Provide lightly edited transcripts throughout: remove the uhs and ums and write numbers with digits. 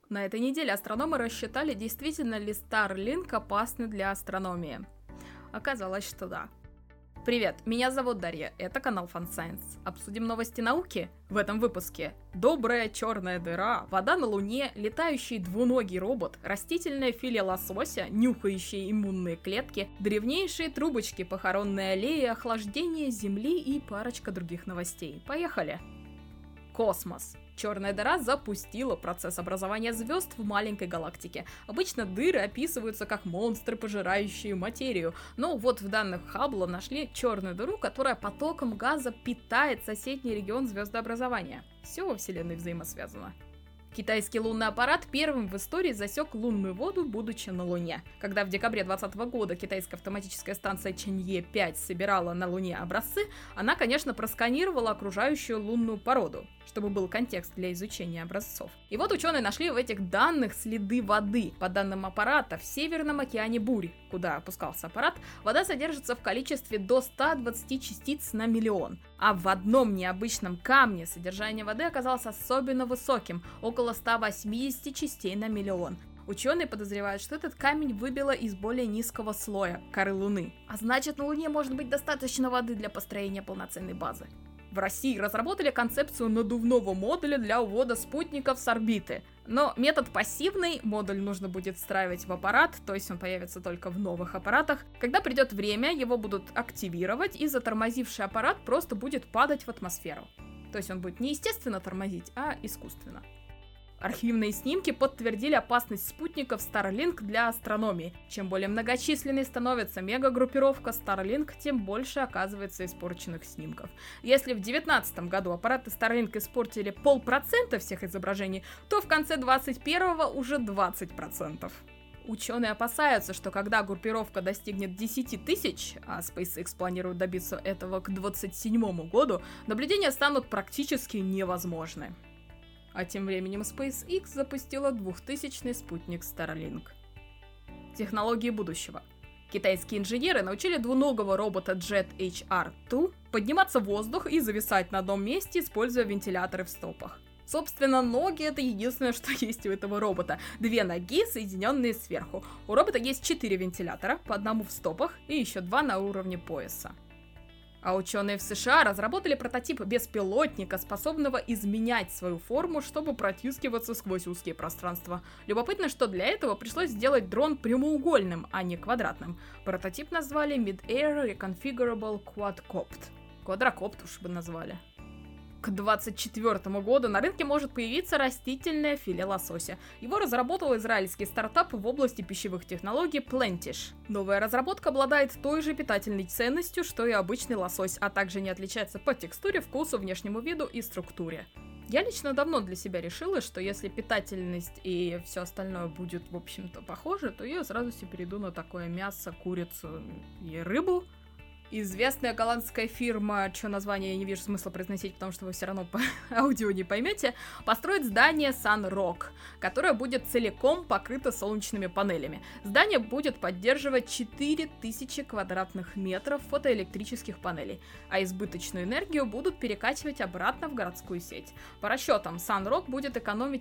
На этой неделе астрономы рассчитали, действительно ли Starlink опасны для астрономии. Оказалось, что да. Привет, меня зовут Дарья, это канал Fun Science. Обсудим новости науки в этом выпуске. Добрая черная дыра, вода на Луне, летающий двуногий робот, растительная филия лосося, нюхающие иммунные клетки, древнейшие трубочки, похоронные аллеи, охлаждение Земли и парочка других новостей. Поехали! Космос. Черная дыра запустила процесс образования звезд в маленькой галактике. Обычно дыры описываются как монстры, пожирающие материю, но вот в данных Хаббла нашли черную дыру, которая потоком газа питает соседний регион звездообразования. Все во Вселенной взаимосвязано. Китайский лунный аппарат первым в истории засек лунную воду, будучи на Луне. Когда в декабре 2020 года китайская автоматическая станция Чанье-5 собирала на Луне образцы, она, конечно, просканировала окружающую лунную породу, чтобы был контекст для изучения образцов. И вот ученые нашли в этих данных следы воды. По данным аппарата, в Северном океане Бурь, куда опускался аппарат, вода содержится в количестве до 120 частиц на миллион. А в одном необычном камне содержание воды оказалось особенно высоким – около 180 частей на миллион. Ученые подозревают, что этот камень выбило из более низкого слоя – коры Луны. А значит, на Луне может быть достаточно воды для построения полноценной базы. В России разработали концепцию надувного модуля для увода спутников с орбиты. Но метод пассивный, модуль нужно будет встраивать в аппарат, то есть он появится только в новых аппаратах. Когда придет время, его будут активировать, и затормозивший аппарат просто будет падать в атмосферу. То есть он будет не естественно тормозить, а искусственно. Архивные снимки подтвердили опасность спутников Starlink для астрономии. Чем более многочисленной становится мегагруппировка Starlink, тем больше оказывается испорченных снимков. Если в 2019 году аппараты Starlink испортили 0,5% всех изображений, то в конце 2021 уже 20%. Ученые опасаются, что когда группировка достигнет 10 тысяч, а SpaceX планирует добиться этого к 2027 году, наблюдения станут практически невозможны. А тем временем SpaceX запустила 2000-й спутник Starlink. Технологии будущего. Китайские инженеры научили двуногого робота Jet HR-2 подниматься в воздух и зависать на одном месте, используя вентиляторы в стопах. Собственно, ноги — это единственное, что есть у этого робота. Две ноги, соединенные сверху. У робота есть 4 вентилятора, по одному в стопах и еще 2 на уровне пояса. А ученые в США разработали прототип беспилотника, способного изменять свою форму, чтобы протискиваться сквозь узкие пространства. Любопытно, что для этого пришлось сделать дрон прямоугольным, а не квадратным. Прототип назвали Mid-Air Reconfigurable Quadcopter. Квадрокопт уж бы назвали. К 2024 году на рынке может появиться растительная филия лосося. Его разработал израильский стартап в области пищевых технологий Plentish. Новая разработка обладает той же питательной ценностью, что и обычный лосось, а также не отличается по текстуре, вкусу, внешнему виду и структуре. Я лично давно для себя решила, что если питательность и все остальное будет, в общем-то, похоже, то я сразу себе перейду на такое мясо, курицу и рыбу. Известная голландская фирма, чье название я не вижу смысла произносить, потому что вы все равно по аудио не поймете, построит здание Sunrock, которое будет целиком покрыто солнечными панелями. Здание будет поддерживать 4000 квадратных метров фотоэлектрических панелей, а избыточную энергию будут перекачивать обратно в городскую сеть. По расчетам, Sunrock будет экономить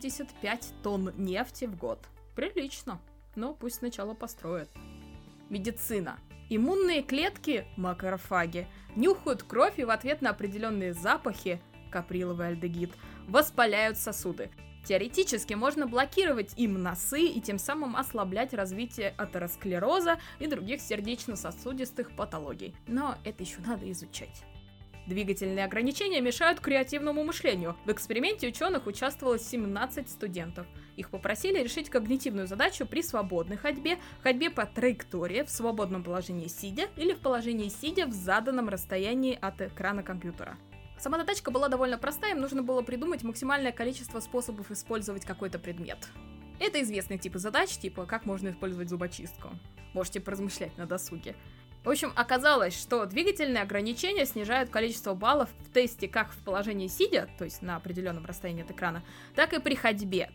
85 тонн нефти в год. Прилично, но пусть сначала построят. Медицина. Иммунные клетки, макрофаги, нюхают кровь и в ответ на определенные запахи, каприловый альдегид, воспаляют сосуды. Теоретически можно блокировать им носы и тем самым ослаблять развитие атеросклероза и других сердечно-сосудистых патологий. Но это еще надо изучать. Двигательные ограничения мешают креативному мышлению. В эксперименте ученых участвовало 17 студентов. Их попросили решить когнитивную задачу при свободной ходьбе, ходьбе по траектории, в свободном положении сидя или в положении сидя в заданном расстоянии от экрана компьютера. Сама задачка была довольно простая, им нужно было придумать максимальное количество способов использовать какой-то предмет. Это известный тип задач, типа как можно использовать зубочистку. Можете поразмышлять на досуге. В общем, оказалось, что двигательные ограничения снижают количество баллов в тесте как в положении сидя, то есть на определенном расстоянии от экрана, так и при ходьбе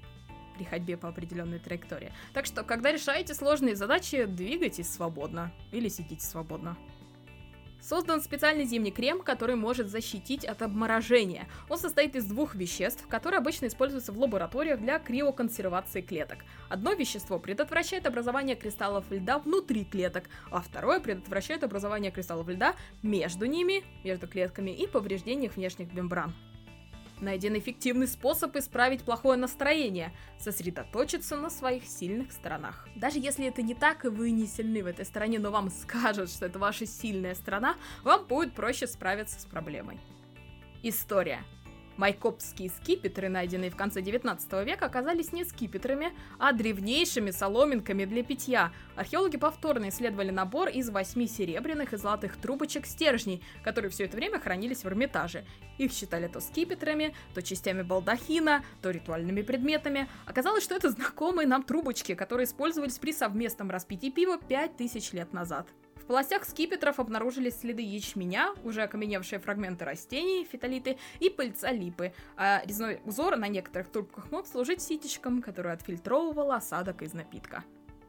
по определенной траектории. Так что, когда решаете сложные задачи, двигайтесь свободно или сидите свободно. Создан специальный зимний крем, который может защитить от обморожения. Он состоит из 2 веществ, которые обычно используются в лабораториях для криоконсервации клеток. Одно вещество предотвращает образование кристаллов льда внутри клеток, а второе предотвращает образование кристаллов льда между ними, между клетками и повреждение внешних мембран. Найден эффективный способ исправить плохое настроение – сосредоточиться на своих сильных сторонах. Даже если это не так, и вы не сильны в этой стороне, но вам скажут, что это ваша сильная сторона, вам будет проще справиться с проблемой. История. Майкопские скипетры, найденные в конце 19 века, оказались не скипетрами, а древнейшими соломинками для питья. Археологи повторно исследовали набор из 8 серебряных и золотых трубочек стержней, которые все это время хранились в Эрмитаже. Их считали то скипетрами, то частями балдахина, то ритуальными предметами. Оказалось, что это знакомые нам трубочки, которые использовались при совместном распитии пива 5000 лет назад. В полостях скипетров обнаружились следы ячменя, уже окаменевшие фрагменты растений, фитолиты и пыльца липы, а резной узор на некоторых трубках мог служить ситечком, который отфильтровывал осадок из напитка.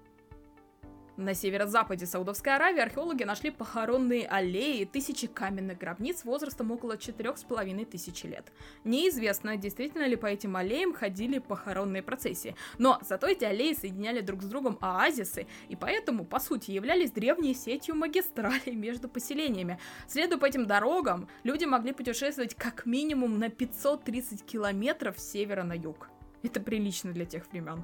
На северо-западе Саудовской Аравии археологи нашли похоронные аллеи, тысячи каменных гробниц возрастом около 4500 лет. Неизвестно, действительно ли по этим аллеям ходили похоронные процессии, но зато эти аллеи соединяли друг с другом оазисы, и поэтому, по сути, являлись древней сетью магистралей между поселениями. Следуя по этим дорогам, люди могли путешествовать как минимум на 530 километров с севера на юг. Это прилично для тех времен.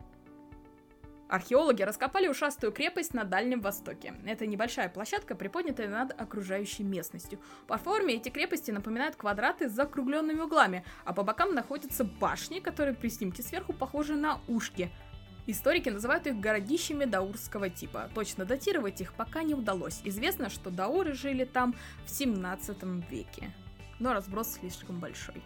Археологи раскопали ушастую крепость на Дальнем Востоке. Это небольшая площадка, приподнятая над окружающей местностью. По форме эти крепости напоминают квадраты с закругленными углами, а по бокам находятся башни, которые при снимке сверху похожи на ушки. Историки называют их городищами даурского типа. Точно датировать их пока не удалось. Известно, что дауры жили там в 17 веке. Но разброс слишком большой.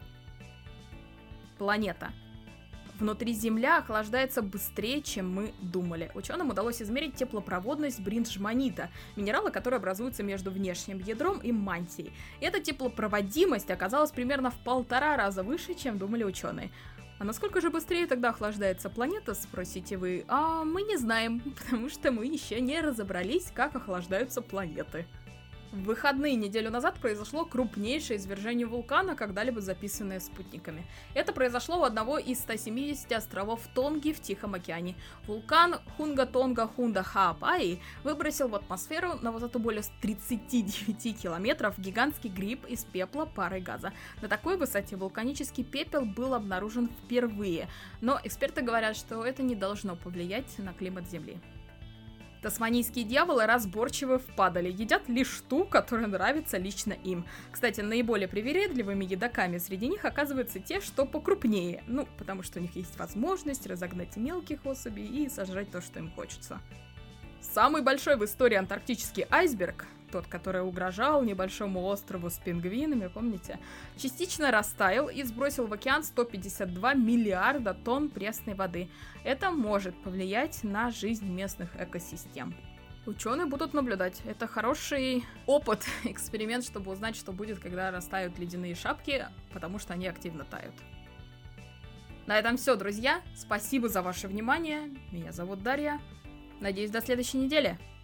Планета. Внутри Земля охлаждается быстрее, чем мы думали. Ученым удалось измерить теплопроводность бриджманита, минерала, который образуется между внешним ядром и мантией. Эта теплопроводимость оказалась примерно в 1,5 раза выше, чем думали ученые. А насколько же быстрее тогда охлаждается планета, спросите вы? А мы не знаем, потому что мы еще не разобрались, как охлаждаются планеты. В выходные неделю назад произошло крупнейшее извержение вулкана, когда-либо записанное спутниками. Это произошло у одного из 170 островов Тонги в Тихом океане. Вулкан Хунга-Тонга-Хунда-Хаапаи выбросил в атмосферу на высоту более 39 километров гигантский гриб из пепла, пара и газа. На такой высоте вулканический пепел был обнаружен впервые, но эксперты говорят, что это не должно повлиять на климат Земли. Тасманийские дьяволы разборчиво впадали, едят лишь ту, которая нравится лично им. Кстати, наиболее привередливыми едоками среди них оказываются те, что покрупнее, потому что у них есть возможность разогнать мелких особей и сожрать то, что им хочется. Самый большой в истории антарктический айсберг, тот, который угрожал небольшому острову с пингвинами, помните, частично растаял и сбросил в океан 152 миллиарда тонн пресной воды. Это может повлиять на жизнь местных экосистем. Ученые будут наблюдать. Это хороший опыт, эксперимент, чтобы узнать, что будет, когда растают ледяные шапки, потому что они активно тают. На этом все, друзья. Спасибо за ваше внимание. Меня зовут Дарья. Надеюсь, до следующей недели.